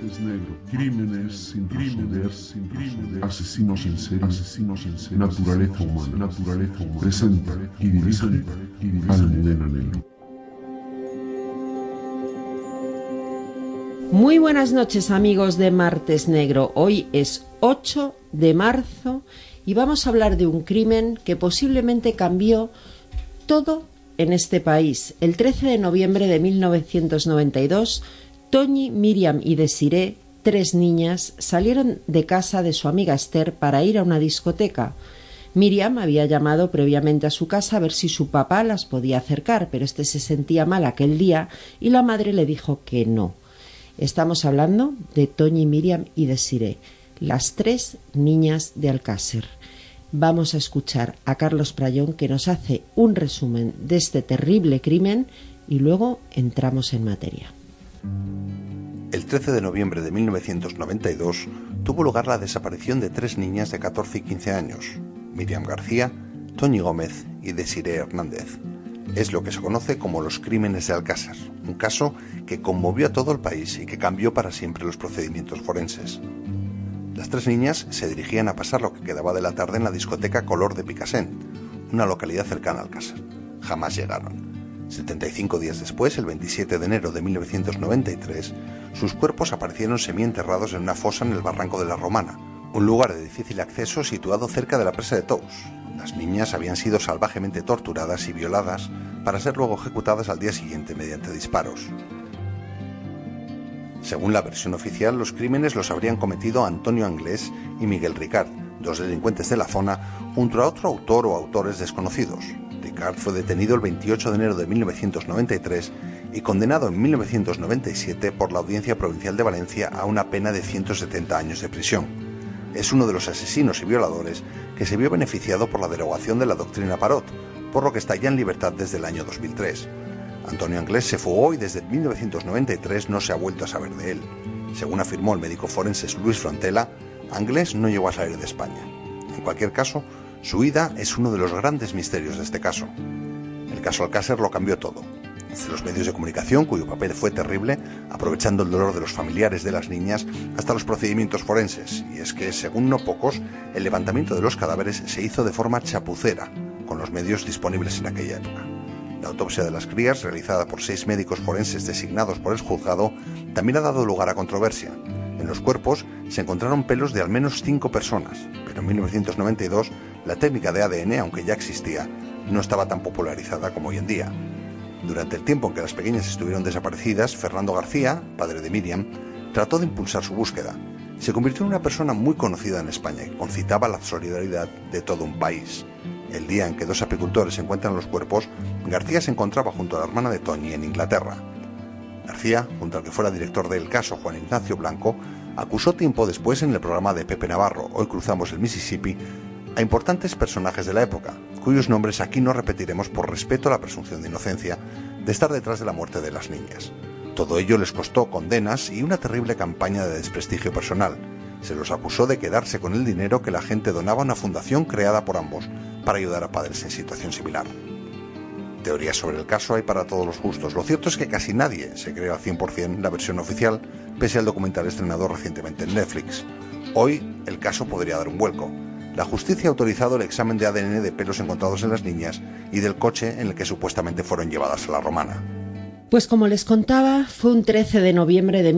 negro, crímenes sin resolver, asesinos en serie, naturaleza humana, presenta y dirige Almudena Negro. Muy buenas noches, amigos de Martes Negro. Hoy es 8 de marzo y vamos a hablar de un crimen que posiblemente cambió todo en este país. El 13 de noviembre de 1992, Toñi, Miriam y Desiree, 3 niñas, salieron de casa de su amiga Esther para ir a una discoteca. Miriam había llamado previamente a su casa a ver si su papá las podía acercar, pero este se sentía mal aquel día y la madre le dijo que no. Estamos hablando de Toñi, Miriam y Desiree, las 3 niñas de Alcácer. Vamos a escuchar a Carlos Prayón, que nos hace un resumen de este terrible crimen y luego entramos en materia. El 13 de noviembre de 1992 tuvo lugar la desaparición de 3 niñas de 14 y 15 años, Miriam García, Toñi Gómez y Desiree Hernández. Es lo que se conoce como los crímenes de Alcácer, un caso que conmovió a todo el país y que cambió para siempre los procedimientos forenses. Las 3 niñas se dirigían a pasar lo que quedaba de la tarde en la discoteca Color de Picassent, una localidad cercana a Alcácer. Jamás llegaron. 75 días después, el 27 de enero de 1993, sus cuerpos aparecieron semienterrados en una fosa en el barranco de la Romana, un lugar de difícil acceso situado cerca de la presa de Tous. Las niñas habían sido salvajemente torturadas y violadas para ser luego ejecutadas al día siguiente mediante disparos. Según la versión oficial, los crímenes los habrían cometido Antonio Anglés y Miguel Ricard, 2 delincuentes de la zona, junto a otro autor o autores desconocidos. Ricard fue detenido el 28 de enero de 1993 y condenado en 1997 por la Audiencia Provincial de Valencia a una pena de 170 años de prisión. Es uno de los asesinos y violadores que se vio beneficiado por la derogación de la doctrina Parot, por lo que está ya en libertad desde el año 2003. Antonio Anglés se fugó y desde 1993 no se ha vuelto a saber de él. Según afirmó el médico forense Luis Frontela, Anglés no llegó a salir de España. En cualquier caso, su huida es uno de los grandes misterios de este caso. El caso Alcácer lo cambió todo. Desde los medios de comunicación, cuyo papel fue terrible, aprovechando el dolor de los familiares de las niñas, hasta los procedimientos forenses. Y es que, según no pocos, el levantamiento de los cadáveres se hizo de forma chapucera, con los medios disponibles en aquella época. La autopsia de las crías, realizada por 6 médicos forenses designados por el juzgado, también ha dado lugar a controversia. En los cuerpos se encontraron pelos de al menos 5 personas, pero en 1992 la técnica de ADN, aunque ya existía, no estaba tan popularizada como hoy en día. Durante el tiempo en que las pequeñas estuvieron desaparecidas, Fernando García, padre de Miriam, trató de impulsar su búsqueda. Se convirtió en una persona muy conocida en España y concitaba la solidaridad de todo un país. El día en que 2 apicultores encuentran los cuerpos, García se encontraba junto a la hermana de Toñi en Inglaterra. García, junto al que fuera director del caso, Juan Ignacio Blanco, acusó tiempo después en el programa de Pepe Navarro, Hoy cruzamos el Mississippi, a importantes personajes de la época, cuyos nombres aquí no repetiremos por respeto a la presunción de inocencia de estar detrás de la muerte de las niñas. Todo ello les costó condenas y una terrible campaña de desprestigio personal. Se los acusó de quedarse con el dinero que la gente donaba a una fundación creada por ambos para ayudar a padres en situación similar. Teorías sobre el caso hay para todos los gustos. Lo cierto es que casi nadie se cree al 100% la versión oficial, pese al documental estrenado recientemente en Netflix. Hoy el caso podría dar un vuelco. La justicia ha autorizado el examen de ADN de pelos encontrados en las niñas y del coche en el que supuestamente fueron llevadas a la Romana. Pues como les contaba, fue un 13 de noviembre de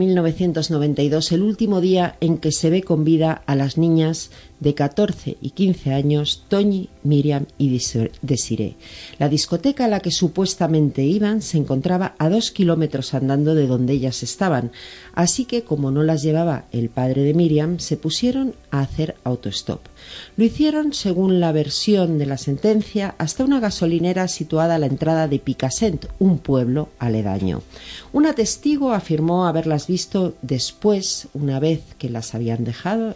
1992 el último día en que se ve con vida a las niñas de 14 y 15 años, Toñi, Miriam y Desiree. La discoteca a la que supuestamente iban se encontraba a 2 kilómetros andando de donde ellas estaban, así que como no las llevaba el padre de Miriam, se pusieron a hacer autostop. Lo hicieron, según la versión de la sentencia, hasta una gasolinera situada a la entrada de Picassent, un pueblo aledaño. Una testigo afirmó haberlas visto después, una vez que las habían dejado,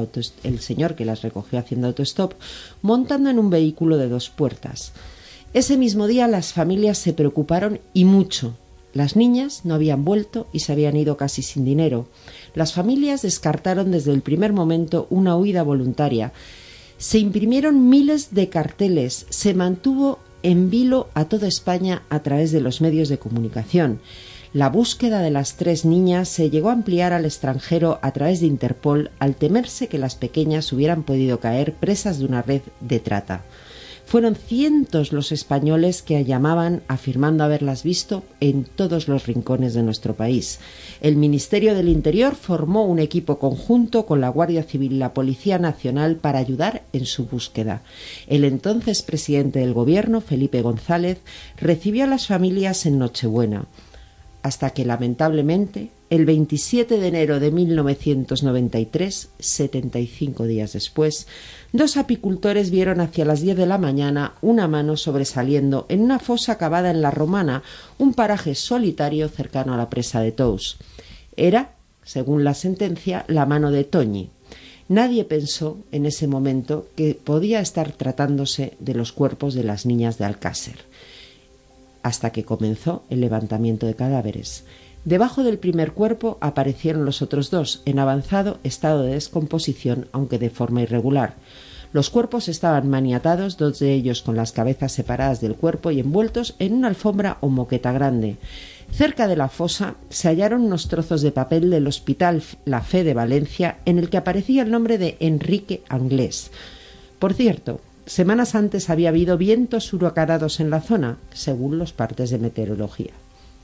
el señor que las recogió haciendo autostop, montando en un vehículo de 2 puertas. Ese mismo día las familias se preocuparon y mucho. Las niñas no habían vuelto y se habían ido casi sin dinero. Las familias descartaron desde el primer momento una huida voluntaria. Se imprimieron miles de carteles, se mantuvo en vilo a toda España a través de los medios de comunicación. La búsqueda de las 3 niñas se llegó a ampliar al extranjero a través de Interpol al temerse que las pequeñas hubieran podido caer presas de una red de trata. Fueron cientos los españoles que llamaban afirmando haberlas visto en todos los rincones de nuestro país. El Ministerio del Interior formó un equipo conjunto con la Guardia Civil y la Policía Nacional para ayudar en su búsqueda. El entonces presidente del Gobierno, Felipe González, recibió a las familias en Nochebuena, hasta que lamentablemente el 27 de enero de 1993, 75 días después, 2 apicultores vieron hacia las 10 de la mañana una mano sobresaliendo en una fosa cavada en La Romana, un paraje solitario cercano a la presa de Tous. Era, según la sentencia, la mano de Toñi. Nadie pensó en ese momento que podía estar tratándose de los cuerpos de las niñas de Alcácer, hasta que comenzó el levantamiento de cadáveres. Debajo del primer cuerpo aparecieron los otros 2, en avanzado estado de descomposición, aunque de forma irregular. Los cuerpos estaban maniatados, 2 de ellos con las cabezas separadas del cuerpo y envueltos en una alfombra o moqueta grande. Cerca de la fosa se hallaron unos trozos de papel del Hospital La Fe de Valencia, en el que aparecía el nombre de Enrique Anglés. Por cierto, semanas antes había habido vientos huracanados en la zona, según los partes de meteorología.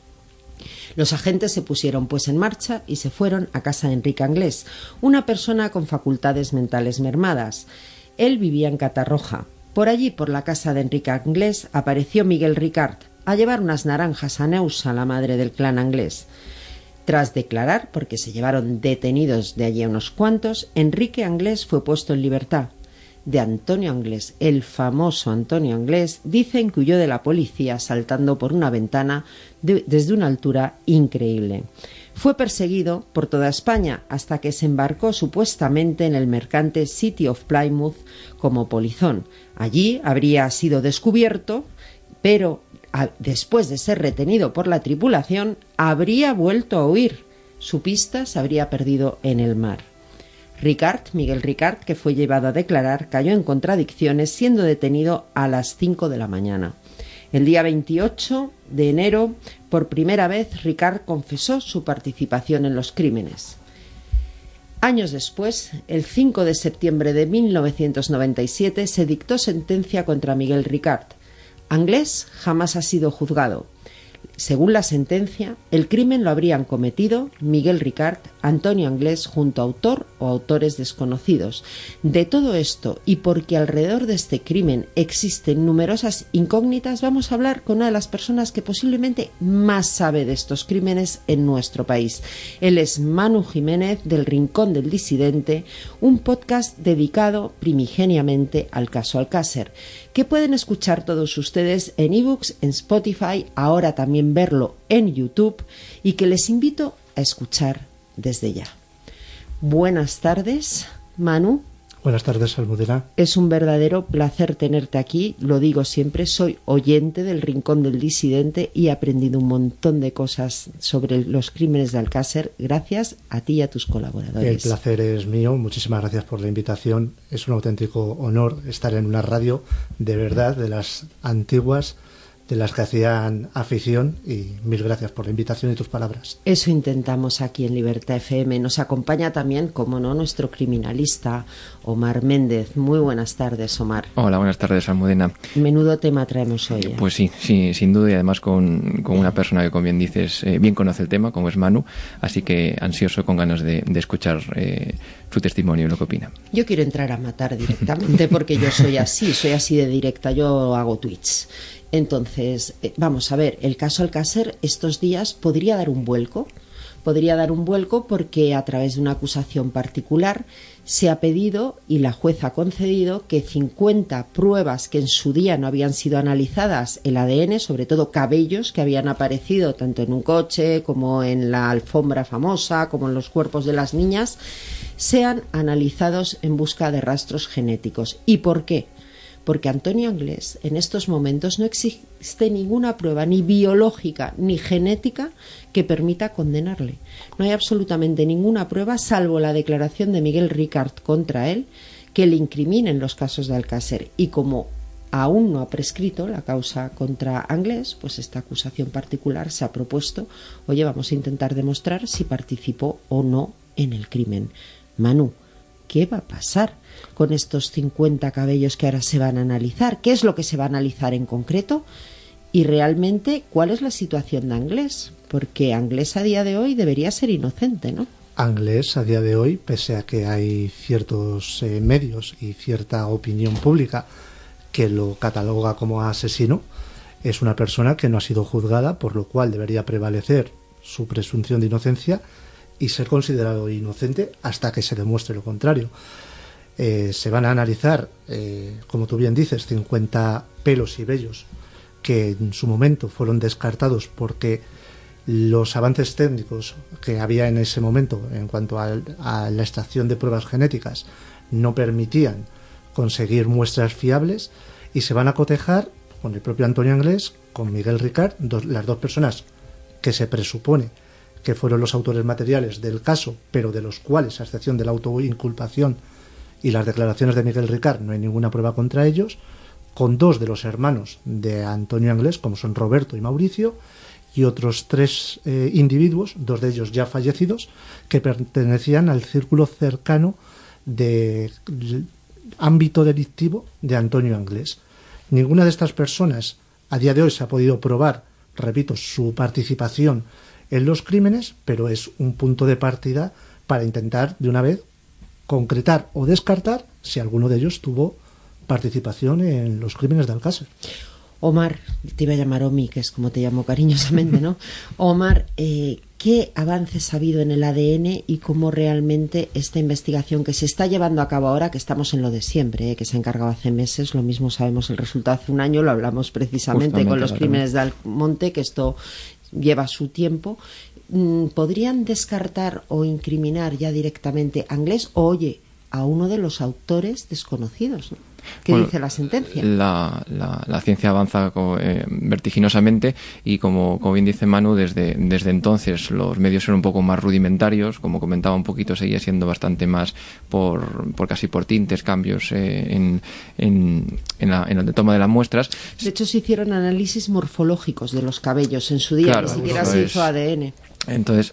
Los agentes se pusieron pues en marcha y se fueron a casa de Enrique Anglés, una persona con facultades mentales mermadas. Él vivía en Catarroja. Por allí, por la casa de Enrique Anglés, apareció Miguel Ricard a llevar unas naranjas a Neusa, la madre del clan Anglés. Tras declarar, porque se llevaron detenidos de allí a unos cuantos, Enrique Anglés fue puesto en libertad. De Antonio Anglés, el famoso Antonio Anglés, dicen que huyó de la policía saltando por una ventana desde una altura increíble. Fue perseguido por toda España hasta que se embarcó supuestamente en el mercante City of Plymouth como polizón. Allí habría sido descubierto, pero después de ser retenido por la tripulación, habría vuelto a huir. Su pista se habría perdido en el mar. Miguel Ricard, que fue llevado a declarar, cayó en contradicciones, siendo detenido a las 5 de la mañana. El día 28 de enero, por primera vez, Ricard confesó su participación en los crímenes. Años después, el 5 de septiembre de 1997, se dictó sentencia contra Miguel Ricard. Anglés jamás ha sido juzgado. Según la sentencia, el crimen lo habrían cometido Miguel Ricard, Antonio Anglés, junto a autor o autores desconocidos. De todo esto, y porque alrededor de este crimen existen numerosas incógnitas, vamos a hablar con una de las personas que posiblemente más sabe de estos crímenes en nuestro país. Él es Manu Jiménez, del Rincón del Disidente, un podcast dedicado primigeniamente al caso Alcácer, que pueden escuchar todos ustedes en ebooks, en Spotify, ahora también verlo en YouTube, y que les invito a escuchar desde ya. Buenas tardes, Manu. Buenas tardes, Almudena. Es un verdadero placer tenerte aquí, lo digo siempre, soy oyente del Rincón del Disidente y he aprendido un montón de cosas sobre los crímenes de Alcácer gracias a ti y a tus colaboradores. El placer es mío, muchísimas gracias por la invitación. Es un auténtico honor estar en una radio de verdad, de las antiguas, de las que hacían afición, y mil gracias por la invitación y tus palabras. Eso intentamos aquí en Libertad FM. Nos acompaña también, como no, nuestro criminalista Omar Méndez. Muy buenas tardes, Omar. Hola, buenas tardes, Almudena. Menudo tema traemos hoy. Pues sí, sin duda, y además con una persona que, como bien dices, bien conoce el tema, como es Manu, así que ansioso, con ganas de escuchar su testimonio y lo que opina. Yo quiero entrar a matar directamente porque yo soy así de directa, yo hago tweets. Entonces, vamos a ver, el caso Alcácer estos días podría dar un vuelco porque a través de una acusación particular se ha pedido y la juez ha concedido que 50 pruebas que en su día no habían sido analizadas, el ADN, sobre todo cabellos que habían aparecido tanto en un coche como en la alfombra famosa, como en los cuerpos de las niñas, sean analizados en busca de rastros genéticos. ¿Y por qué? Porque Antonio Anglés en estos momentos no existe ninguna prueba ni biológica ni genética que permita condenarle. No hay absolutamente ninguna prueba, salvo la declaración de Miguel Ricard contra él, que le incrimine en los casos de Alcácer. Y como aún no ha prescrito la causa contra Anglés, pues esta acusación particular se ha propuesto, oye, vamos a intentar demostrar si participó o no en el crimen. Manu, ¿qué va a pasar con estos 50 cabellos que ahora se van a analizar? ¿Qué es lo que se va a analizar en concreto? Y realmente, ¿cuál es la situación de Anglés? Porque Anglés a día de hoy debería ser inocente, ¿no? Anglés a día de hoy, pese a que hay ciertos medios y cierta opinión pública que lo cataloga como asesino, es una persona que no ha sido juzgada, por lo cual debería prevalecer su presunción de inocencia y ser considerado inocente hasta que se demuestre lo contrario. Se van a analizar, como tú bien dices, 50 pelos y vellos que en su momento fueron descartados porque los avances técnicos que había en ese momento en cuanto a la extracción de pruebas genéticas no permitían conseguir muestras fiables, y se van a cotejar con el propio Antonio Anglés, con Miguel Ricard, las dos personas que se presupone que fueron los autores materiales del caso, pero de los cuales, a excepción de la autoinculpación y las declaraciones de Miguel Ricard, no hay ninguna prueba contra ellos, con dos de los hermanos de Antonio Anglés, como son Roberto y Mauricio, y otros 3 individuos, 2 de ellos ya fallecidos, que pertenecían al círculo cercano de ámbito delictivo de Antonio Anglés. Ninguna de estas personas a día de hoy se ha podido probar, repito, su participación en los crímenes, pero es un punto de partida para intentar de una vez concretar o descartar si alguno de ellos tuvo participación en los crímenes de Alcácer. Omar, te iba a llamar Omi, que es como te llamo cariñosamente, ¿no? Omar, ¿qué avances ha habido en el ADN y cómo realmente esta investigación que se está llevando a cabo ahora, que estamos en lo de siempre, que se ha encargado hace meses, lo mismo sabemos el resultado hace un año, lo hablamos precisamente con los crímenes de Almonte, que esto lleva su tiempo, ¿podrían descartar o incriminar ya directamente a Anglés o, oye, a uno de los autores desconocidos, ¿no? ¿Qué dice la sentencia? La ciencia avanza vertiginosamente y como bien dice Manu, desde entonces los medios eran un poco más rudimentarios, como comentaba un poquito, seguía siendo bastante más casi por tintes, cambios en la toma de las muestras. De hecho, se hicieron análisis morfológicos de los cabellos en su día, claro, ni siquiera se hizo ADN. Entonces,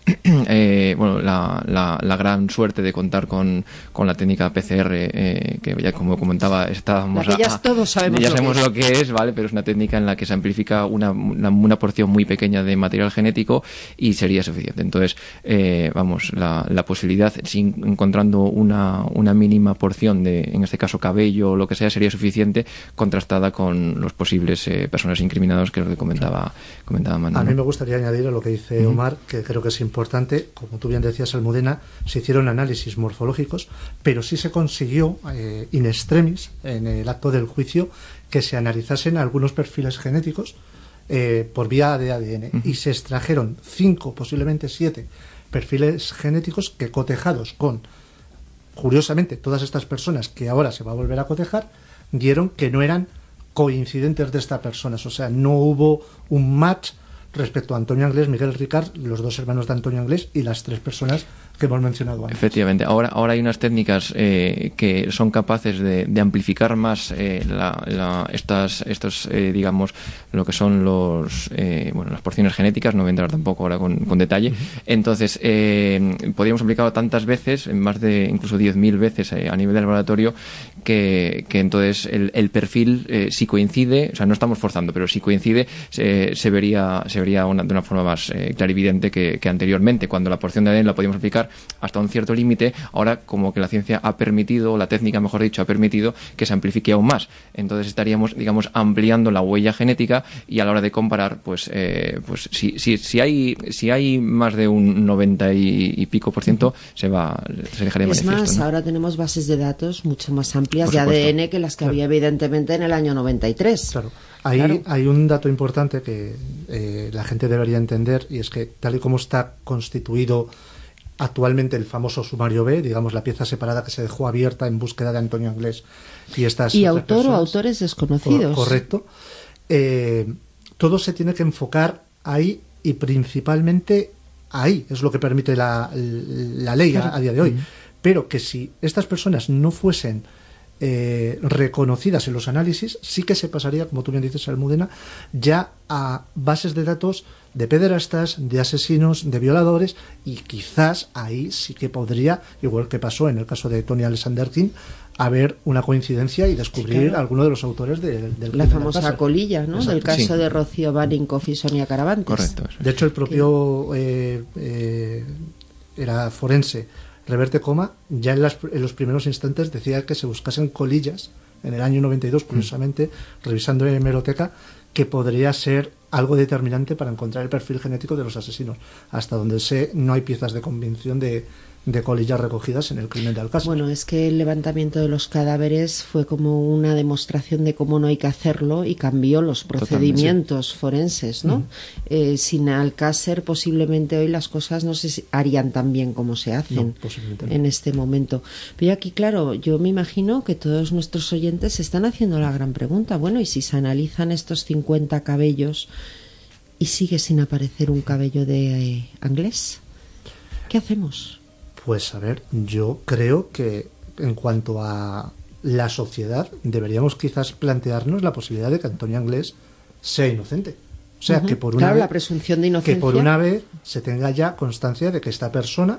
la gran suerte de contar con la técnica PCR, que ya como comentaba, todos sabemos lo que es, ¿vale? Pero es una técnica en la que se amplifica una porción muy pequeña de material genético y sería suficiente. Entonces, la posibilidad, encontrando una mínima porción de, en este caso, cabello o lo que sea, sería suficiente, contrastada con los posibles personas incriminados, que es lo que comentaba Manu. A mí me gustaría añadir a lo que dice Omar, que creo que es importante. Como tú bien decías, Almudena, se hicieron análisis morfológicos, pero sí se consiguió in extremis, en el acto del juicio, que se analizasen algunos perfiles genéticos por vía de ADN, y se extrajeron 5, posiblemente 7 perfiles genéticos que, cotejados con, curiosamente, todas estas personas que ahora se va a volver a cotejar, dieron que no eran coincidentes de estas personas. O sea, no hubo un match respecto a Antonio Anglés, Miguel Ricard, los 2 hermanos de Antonio Anglés y las 3 personas que hemos mencionado antes. Efectivamente. Ahora hay unas técnicas que son capaces de amplificar más digamos, lo que son las porciones genéticas. No voy a entrar tampoco ahora con detalle. Entonces, podríamos aplicarlo tantas veces, más de incluso 10.000 veces a nivel de laboratorio, que entonces el perfil, si coincide, o sea, no estamos forzando, pero si coincide, se vería de una forma más clarividente que anteriormente, cuando la porción de ADN la podíamos aplicar hasta un cierto límite. Ahora, como que la ciencia ha permitido, la técnica, mejor dicho, ha permitido que se amplifique aún más. Entonces estaríamos, digamos, ampliando la huella genética, y a la hora de comparar, si hay más de un 90 y pico %, se dejaría manifiesto. Es más, ¿no? ahora tenemos bases de datos mucho más amplias de ADN que las que había, evidentemente, en el año 93. Claro. Hay un dato importante que la gente debería entender, y es que, tal y como está constituido actualmente el famoso sumario B, digamos, la pieza separada que se dejó abierta en búsqueda de Antonio Anglés y autor personas, o autores desconocidos. Correcto. Todo se tiene que enfocar ahí, y principalmente ahí. Es lo que permite la ley a día de hoy. Pero que si estas personas no fuesen reconocidas en los análisis, sí que se pasaría, como tú bien dices, Almudena, ya a bases de datos de pederastas, de asesinos, de violadores, y quizás ahí sí que podría, igual que pasó en el caso de Tony Alexander King, haber una coincidencia y descubrir, sí, claro, alguno de los autores del la famosa colilla, ¿no? Exacto. Del caso, sí, de Rocío Baninkoff y Sonia Caravantes. Correcto. Eso. De hecho, el propio era forense Reverte Coma, ya en los primeros instantes decía que se buscasen colillas en el año 92, curiosamente, revisando en hemeroteca, que podría ser algo determinante para encontrar el perfil genético de los asesinos. Hasta donde sé, no hay piezas de convicción de colillas recogidas en el crimen de Alcácer. Bueno, es que el levantamiento de los cadáveres fue como una demostración de cómo no hay que hacerlo y cambió los procedimientos, sí, forenses, ¿no? Sin Alcácer posiblemente hoy las cosas no se harían tan bien como se hacen en este momento. Pero aquí, claro, yo me imagino que todos nuestros oyentes se están haciendo la gran pregunta, bueno, ¿y si se analizan estos 50 cabellos y sigue sin aparecer un cabello de Anglés? ¿Qué hacemos? Pues a ver, yo creo que en cuanto a la sociedad deberíamos quizás plantearnos la posibilidad de que Antonio Anglés sea inocente. O sea, que por una vez, la presunción de inocencia, que por una vez se tenga ya constancia de que esta persona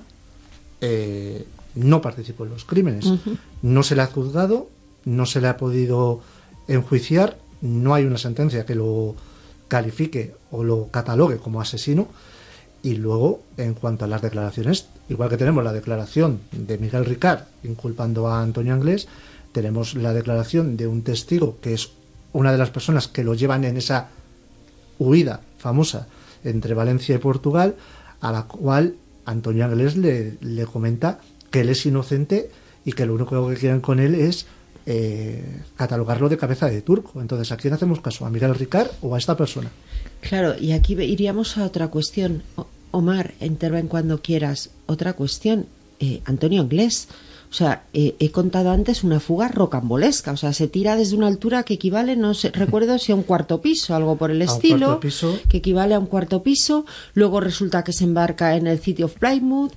no participó en los crímenes. No se le ha juzgado, no se le ha podido enjuiciar, no hay una sentencia que lo califique o lo catalogue como asesino. Y luego, en cuanto a las declaraciones, igual que tenemos la declaración de Miguel Ricard inculpando a Antonio Anglés, tenemos la declaración de un testigo que es una de las personas que lo llevan en esa huida famosa entre Valencia y Portugal, a la cual Antonio Anglés le comenta que él es inocente y que lo único que quieren con él es catalogarlo de cabeza de turco. Entonces, ¿a quién hacemos caso? ¿A Miguel Ricard o a esta persona? Claro, y aquí iríamos a otra cuestión. Omar, interven cuando quieras. Otra cuestión, Antonio Anglés. O sea, he contado antes una fuga rocambolesca. O sea, se tira desde una altura que equivale, no sé, recuerdo si a un cuarto piso, algo por el estilo, que equivale a un cuarto piso. Luego resulta que se embarca en el City of Plymouth,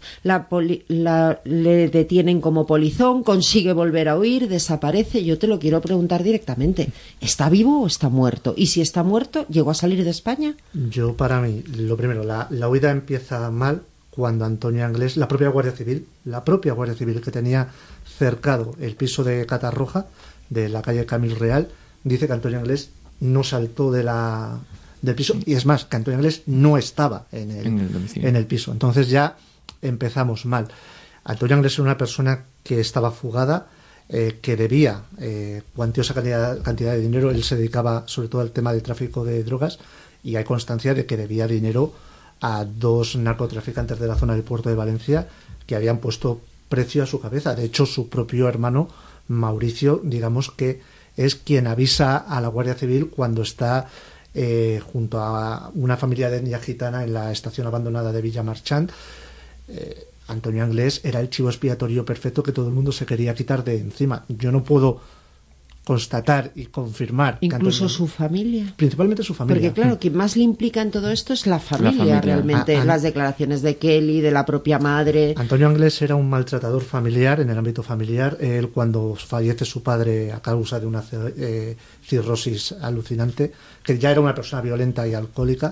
le detienen como polizón, consigue volver a huir, desaparece. Yo te lo quiero preguntar directamente. ¿Está vivo o está muerto? Y si está muerto, ¿llegó a salir de España? Yo, para mí, lo primero, la huida empieza mal cuando Antonio Anglés, la propia Guardia Civil que tenía cercado el piso de Catarroja, de la calle Camil Real, dice que Antonio Anglés no saltó del piso, y es más, que Antonio Anglés no estaba en el piso. Entonces ya empezamos mal. Antonio Anglés era una persona que estaba fugada, que debía cuantiosa cantidad de dinero. Él se dedicaba sobre todo al tema del tráfico de drogas, y hay constancia de que debía dinero a 2 narcotraficantes de la zona del puerto de Valencia que habían puesto precio a su cabeza. De hecho, su propio hermano Mauricio, digamos que es quien avisa a la Guardia Civil cuando está junto a una familia de etnia gitana en la estación abandonada de Villamarchant. Antonio Anglés era el chivo expiatorio perfecto que todo el mundo se quería quitar de encima. Yo no puedo constatar y confirmar. Incluso su familia. Principalmente su familia. Porque claro, quien más le implica en todo esto es la familia. Realmente. Las declaraciones de Kelly, de la propia madre. Antonio Anglés era un maltratador familiar, en el ámbito familiar. Él, cuando fallece su padre a causa de una cirrosis alucinante, que ya era una persona violenta y alcohólica,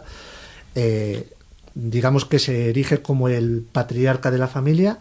digamos que se erige como el patriarca de la familia.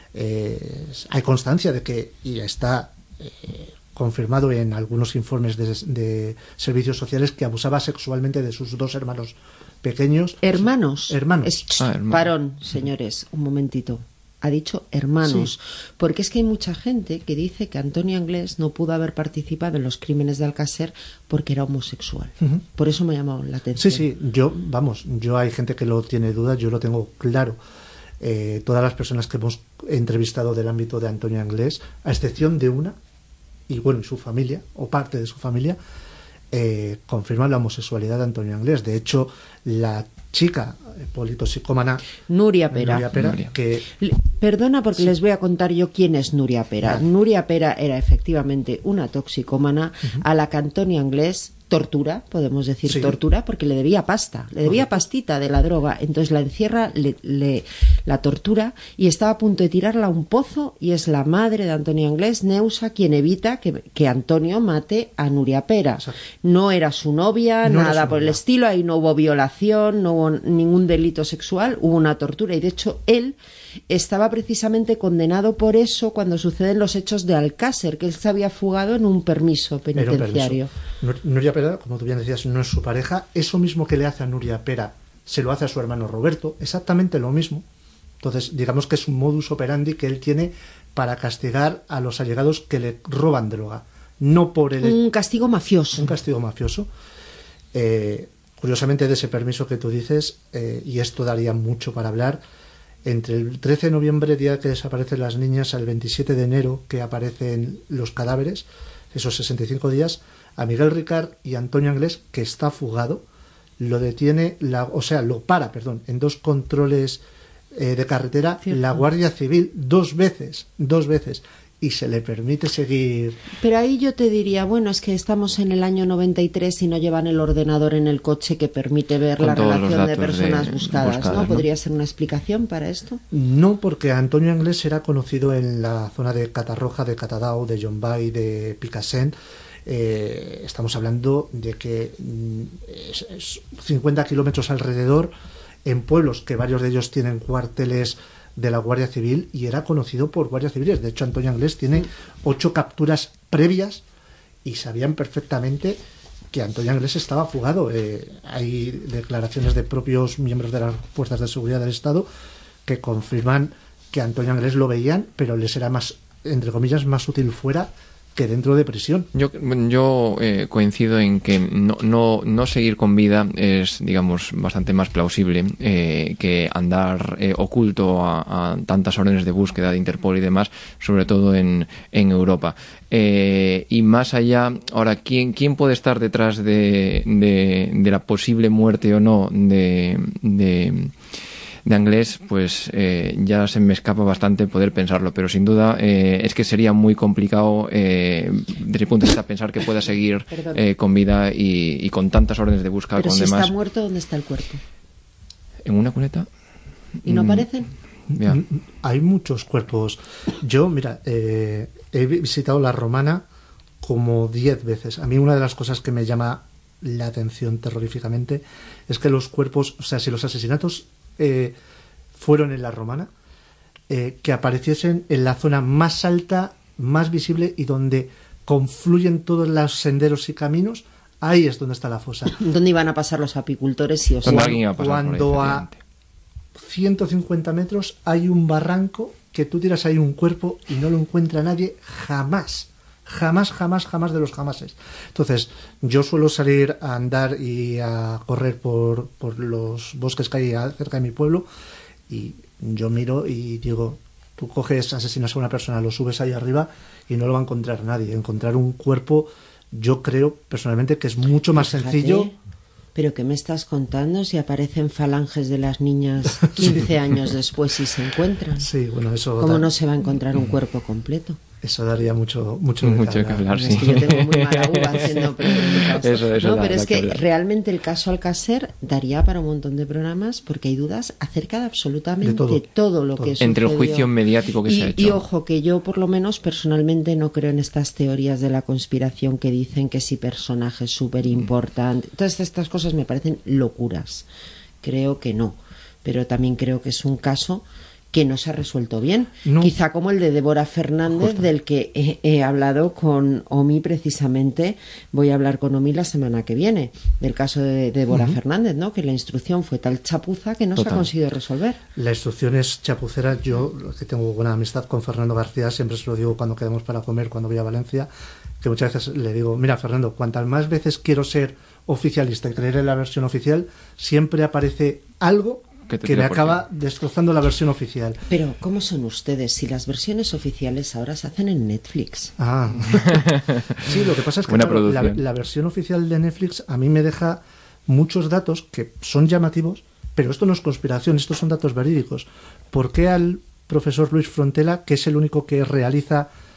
Hay constancia de que, y está confirmado en algunos informes de servicios sociales, que abusaba sexualmente de sus 2 hermanos pequeños. ¿Hermanos? Hermanos. Parón, señores, un momentito. Ha dicho hermanos, sí. Porque es que hay mucha gente que dice que Antonio Anglés no pudo haber participado en los crímenes de Alcácer porque era homosexual. Por eso me ha llamado la atención. Sí, yo hay gente que lo tiene dudas, yo lo tengo claro. Todas las personas que hemos entrevistado del ámbito de Antonio Anglés, a excepción de una, y su familia, o parte de su familia, confirman la homosexualidad de Antonio Anglés. De hecho, la chica politoxicómana Nuria Pera, que... Perdona, porque les voy a contar yo quién es Nuria Pera. Nuria Pera era efectivamente una toxicómana a la que Antonio Anglés tortura, podemos decir Sí. tortura, porque le debía pasta, le debía pastita de la droga. Entonces la encierra, la tortura y estaba a punto de tirarla a un pozo, y es la madre de Antonio Anglés, Neusa, quien evita que Antonio mate a Nuria Pera. Exacto. No era su novia, No era nada su por el novia. estilo, ahí no hubo violación, no hubo ningún delito sexual, hubo una tortura, y de hecho él estaba precisamente condenado por eso cuando suceden los hechos de Alcácer, que él se había fugado en un permiso Era un penitenciario. permiso. Nuria Pera, como tú bien decías, no es su pareja. Eso mismo que le hace a Nuria Pera se lo hace a su hermano Roberto, exactamente lo mismo. Entonces, digamos que es un modus operandi que él tiene para castigar a los allegados que le roban droga, no por el Un castigo mafioso. un castigo mafioso. Curiosamente, de ese permiso que tú dices, y esto daría mucho para hablar, entre el 13 de noviembre, día que desaparecen las niñas, al 27 de enero, que aparecen los cadáveres, esos 65 días, a Miguel Ricard y Antonio Anglés, que está fugado, lo detiene, lo para, en 2 controles de carretera, Cierto. la Guardia Civil, dos veces, y se le permite seguir. Pero ahí yo te diría, bueno, es que estamos en el año 93 y no llevan el ordenador en el coche que permite ver Con la todos los relación de datos personas de buscadas, buscadas, ¿no? ¿no? ¿Podría ser una explicación para esto? No, porque Antonio Anglés era conocido en la zona de Catarroja, de Catadau, de Llombay, de Picassent. Estamos hablando de que es 50 kilómetros alrededor, en pueblos que varios de ellos tienen cuarteles de la Guardia Civil, y era conocido por guardias civiles. De hecho, Antonio Anglés tiene 8 capturas previas y sabían perfectamente que Antonio Anglés estaba fugado. Hay declaraciones de propios miembros de las fuerzas de seguridad del Estado que confirman que Antonio Anglés lo veían, pero les era más, entre comillas, más útil fuera que dentro de prisión. Yo coincido en que no seguir con vida es, digamos, bastante más plausible que andar oculto a tantas órdenes de búsqueda de Interpol y demás, sobre todo en Europa. Y más allá, ahora, ¿quién puede estar detrás de la posible muerte o no de Anglés? Pues ya se me escapa bastante poder pensarlo, pero sin duda es que sería muy complicado desde mi punto de vista pensar que pueda seguir con vida y con tantas órdenes de búsqueda. Pero con si demás. está muerto, ¿dónde está el cuerpo? ¿En una cuneta? ¿Y no aparecen? Ya. Hay muchos cuerpos. Yo, mira, he visitado la Romana como 10 veces. A mí una de las cosas que me llama la atención terroríficamente es que los cuerpos, o sea, si los asesinatos fueron en la Romana, que apareciesen en la zona más alta, más visible y donde confluyen todos los senderos y caminos, ahí es donde está la fosa. ¿Dónde iban a pasar los apicultores sí o sí? Donde alguien iba a pasar por ahí, Cuando a efectivamente. 150 metros hay un barranco que tú tiras ahí un cuerpo y no lo encuentra nadie jamás. Jamás de los jamases. Entonces, yo suelo salir a andar y a correr por los bosques que hay cerca de mi pueblo, y yo miro y digo, tú coges, asesinas a una persona, lo subes ahí arriba y no lo va a encontrar nadie. Encontrar un cuerpo, yo creo personalmente que es mucho más Fíjate, sencillo. ¿pero qué me estás contando si aparecen falanges de las niñas 15 años después y se encuentran? Sí, bueno, eso ¿Cómo no se va a encontrar un cuerpo completo? Eso daría mucho Mucho que hablar, Es sí. que yo tengo muy mala uva haciendo preguntas. Eso No, da- pero da es que que hablar. realmente el caso Alcácer daría para un montón de programas, porque hay dudas acerca de absolutamente De todo. lo que Entre el sucedió. juicio mediático que se ha hecho. Y ojo, que yo por lo menos personalmente no creo en estas teorías de la conspiración que dicen que si personajes súper importantes, todas estas cosas me parecen locuras. Creo que no, pero también creo que es un caso que no se ha resuelto bien. No. Quizá como el de Débora Fernández, Justo. del que he hablado con Omi precisamente. Voy a hablar con Omi la semana que viene, del caso de Débora Fernández, ¿no? Que la instrucción fue tal chapuza que no se Total. ha conseguido resolver. La instrucción es chapucera. Yo, que tengo buena amistad con Fernando García, siempre se lo digo cuando quedamos para comer, cuando voy a Valencia, que muchas veces le digo, mira, Fernando, cuantas más veces quiero ser oficialista y creer en la versión oficial, siempre aparece algo Que te que me tira por acaba destrozando la versión oficial. Pero, ¿cómo son ustedes si las versiones oficiales ahora se hacen en Netflix? Ah, sí, lo que pasa es que Buena claro, producción. la versión oficial de Netflix a mí me deja muchos datos que son llamativos, pero esto no es conspiración, estos son datos verídicos. ¿Por qué al profesor Luis Frontela, que es el único que realiza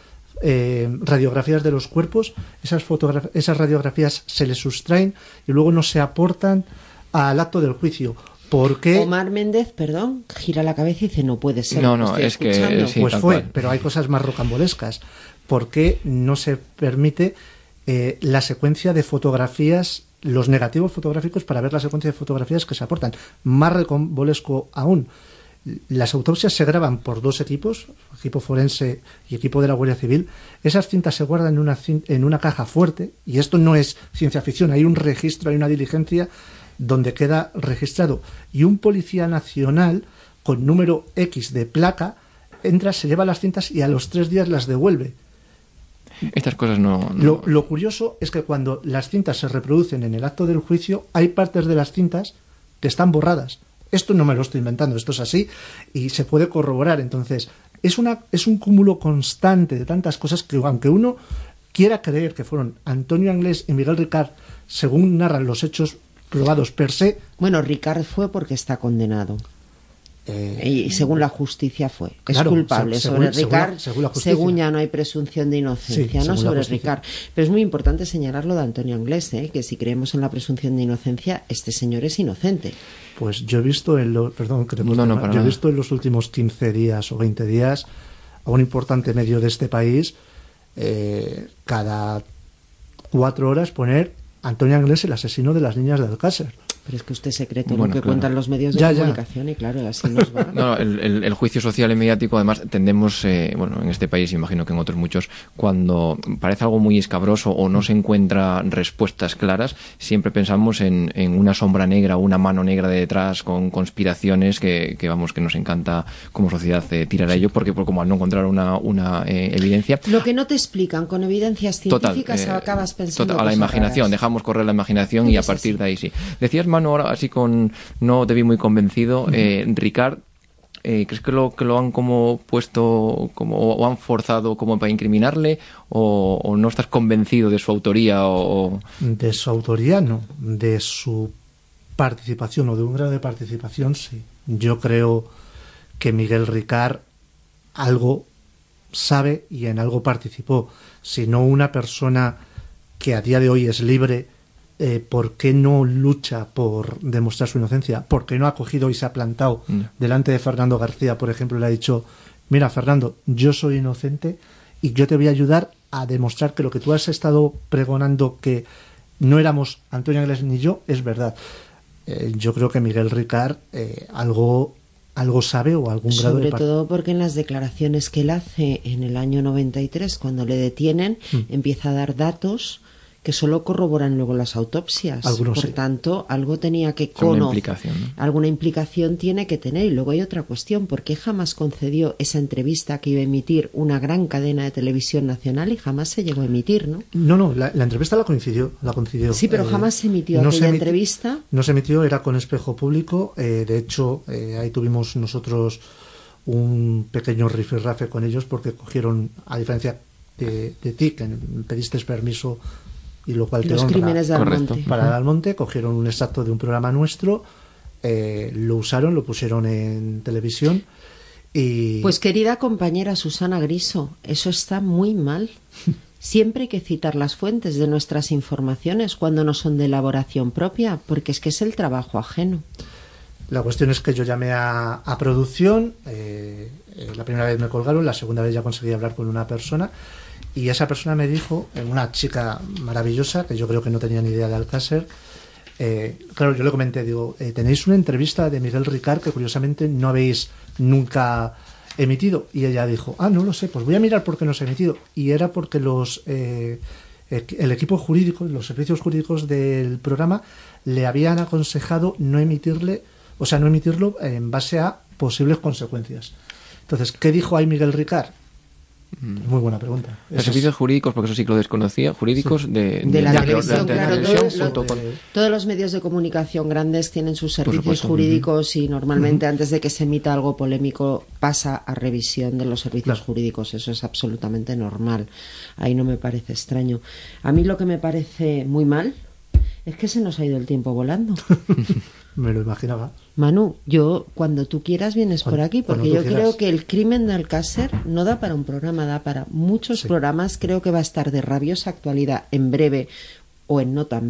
radiografías de los cuerpos, esas radiografías se les sustraen y luego no se aportan al acto del juicio. ¿Por qué? Omar Méndez, perdón, gira la cabeza y dice, no puede ser. No, es escuchando. que... Sí, pues fue, cual. pero hay cosas más rocambolescas. ¿Por qué no se permite la secuencia de fotografías, los negativos fotográficos para ver la secuencia de fotografías que se aportan? Más rocambolesco aún, las autopsias se graban por dos equipos, equipo forense y equipo de la Guardia Civil. Esas cintas se guardan en una caja fuerte, y esto no es ciencia ficción, hay un registro, hay una diligencia donde queda registrado, y un policía nacional con número X de placa entra, se lleva las cintas y a los 3 días las devuelve. Estas cosas no... Lo curioso es que cuando las cintas se reproducen en el acto del juicio, hay partes de las cintas que están borradas. Esto no me lo estoy inventando, esto es así y se puede corroborar. Entonces, es un cúmulo constante de tantas cosas que, aunque uno quiera creer que fueron Antonio Anglés y Miguel Ricard, según narran los hechos probados per se... Bueno, Ricard fue porque está condenado. Y según la justicia fue. Claro, es culpable. Sobre Ricard, según ya no hay presunción de inocencia, sí, ¿no? Sobre Ricard. Pero es muy importante señalar lo de Antonio Anglés, que si creemos en la presunción de inocencia, este señor es inocente. Pues yo he visto he visto en los últimos 15 días o 20 días a un importante medio de este país cada 4 horas poner Antonio Anglés, el asesino de las niñas de Alcácer. Pero es que usted se cree todo lo que cuentan los medios de comunicación y claro, así nos va. No, el juicio social y mediático, además, tendemos, en este país, imagino que en otros muchos, cuando parece algo muy escabroso o no se encuentra respuestas claras, siempre pensamos en una sombra negra o una mano negra de detrás con conspiraciones que nos encanta como sociedad tirar a ello, porque como al no encontrar una evidencia... Lo que no te explican con evidencias científicas acabas pensando a la imaginación, raras. Dejamos correr la imaginación y a partir de ahí sí. Decías, Manu, ahora así no te vi muy convencido, Ricard, ¿crees que lo han como puesto o han forzado como para incriminarle o no estás convencido de su autoría? De su autoría no, de su participación o de un grado de participación sí. Yo creo que Miguel Ricard algo sabe y en algo participó. Si no una persona que a día de hoy es libre, ¿por qué no lucha por demostrar su inocencia? ¿Por qué no ha cogido y se ha plantado delante de Fernando García, por ejemplo, y le ha dicho, mira, Fernando, yo soy inocente y yo te voy a ayudar a demostrar que lo que tú has estado pregonando, que no éramos Antonio Anglés ni yo, es verdad? Yo creo que Miguel Ricard algo sabe o algún grado de... Sobre todo porque en las declaraciones que él hace en el año 93, cuando le detienen, empieza a dar datos que solo corroboran luego las autopsias. Algunos Por sí. tanto, algo tenía que Alguna implicación, ¿no? Alguna implicación tiene que tener. Y luego hay otra cuestión, ¿por qué jamás concedió esa entrevista que iba a emitir una gran cadena de televisión nacional y jamás se llegó a emitir, ¿no? No, la entrevista la coincidió. Sí, pero jamás se emitió aquella entrevista. No se emitió, era con espejo público. De hecho, ahí tuvimos nosotros un pequeño rifirrafe con ellos porque cogieron, a diferencia de ti, que pediste permiso y lo cual te los honra, crímenes de Almonte. Para Almonte, cogieron un extracto de un programa nuestro, lo usaron, lo pusieron en televisión y... Pues querida compañera Susana Griso, eso está muy mal. Siempre hay que citar las fuentes de nuestras informaciones cuando no son de elaboración propia, porque es que es el trabajo ajeno. La cuestión es que yo llamé a producción, la primera vez me colgaron, la segunda vez ya conseguí hablar con una persona. Y esa persona me dijo, una chica maravillosa, que yo creo que no tenía ni idea de Alcácer, claro, yo le comenté, digo, tenéis una entrevista de Miguel Ricard que curiosamente no habéis nunca emitido. Y ella dijo, no lo sé, pues voy a mirar por qué no se ha emitido. Y era porque el equipo jurídico, los servicios jurídicos del programa, le habían aconsejado no emitirlo en base a posibles consecuencias. Entonces, ¿qué dijo ahí Miguel Ricard? Muy buena pregunta. Los servicios jurídicos, porque eso sí que lo desconocía, jurídicos sí. de la televisión, claro. Televisión, todos los medios de comunicación grandes tienen sus servicios jurídicos y normalmente antes de que se emita algo polémico pasa a revisión de los servicios jurídicos. Eso es absolutamente normal. Ahí no me parece extraño. A mí lo que me parece muy mal es que se nos ha ido el tiempo volando. Me lo imaginaba. Manu, yo cuando tú quieras vienes por aquí, porque yo quieras. creo que el crimen de Alcácer no da para un programa, da para muchos programas. Creo que va a estar de rabiosa actualidad en breve o en no tan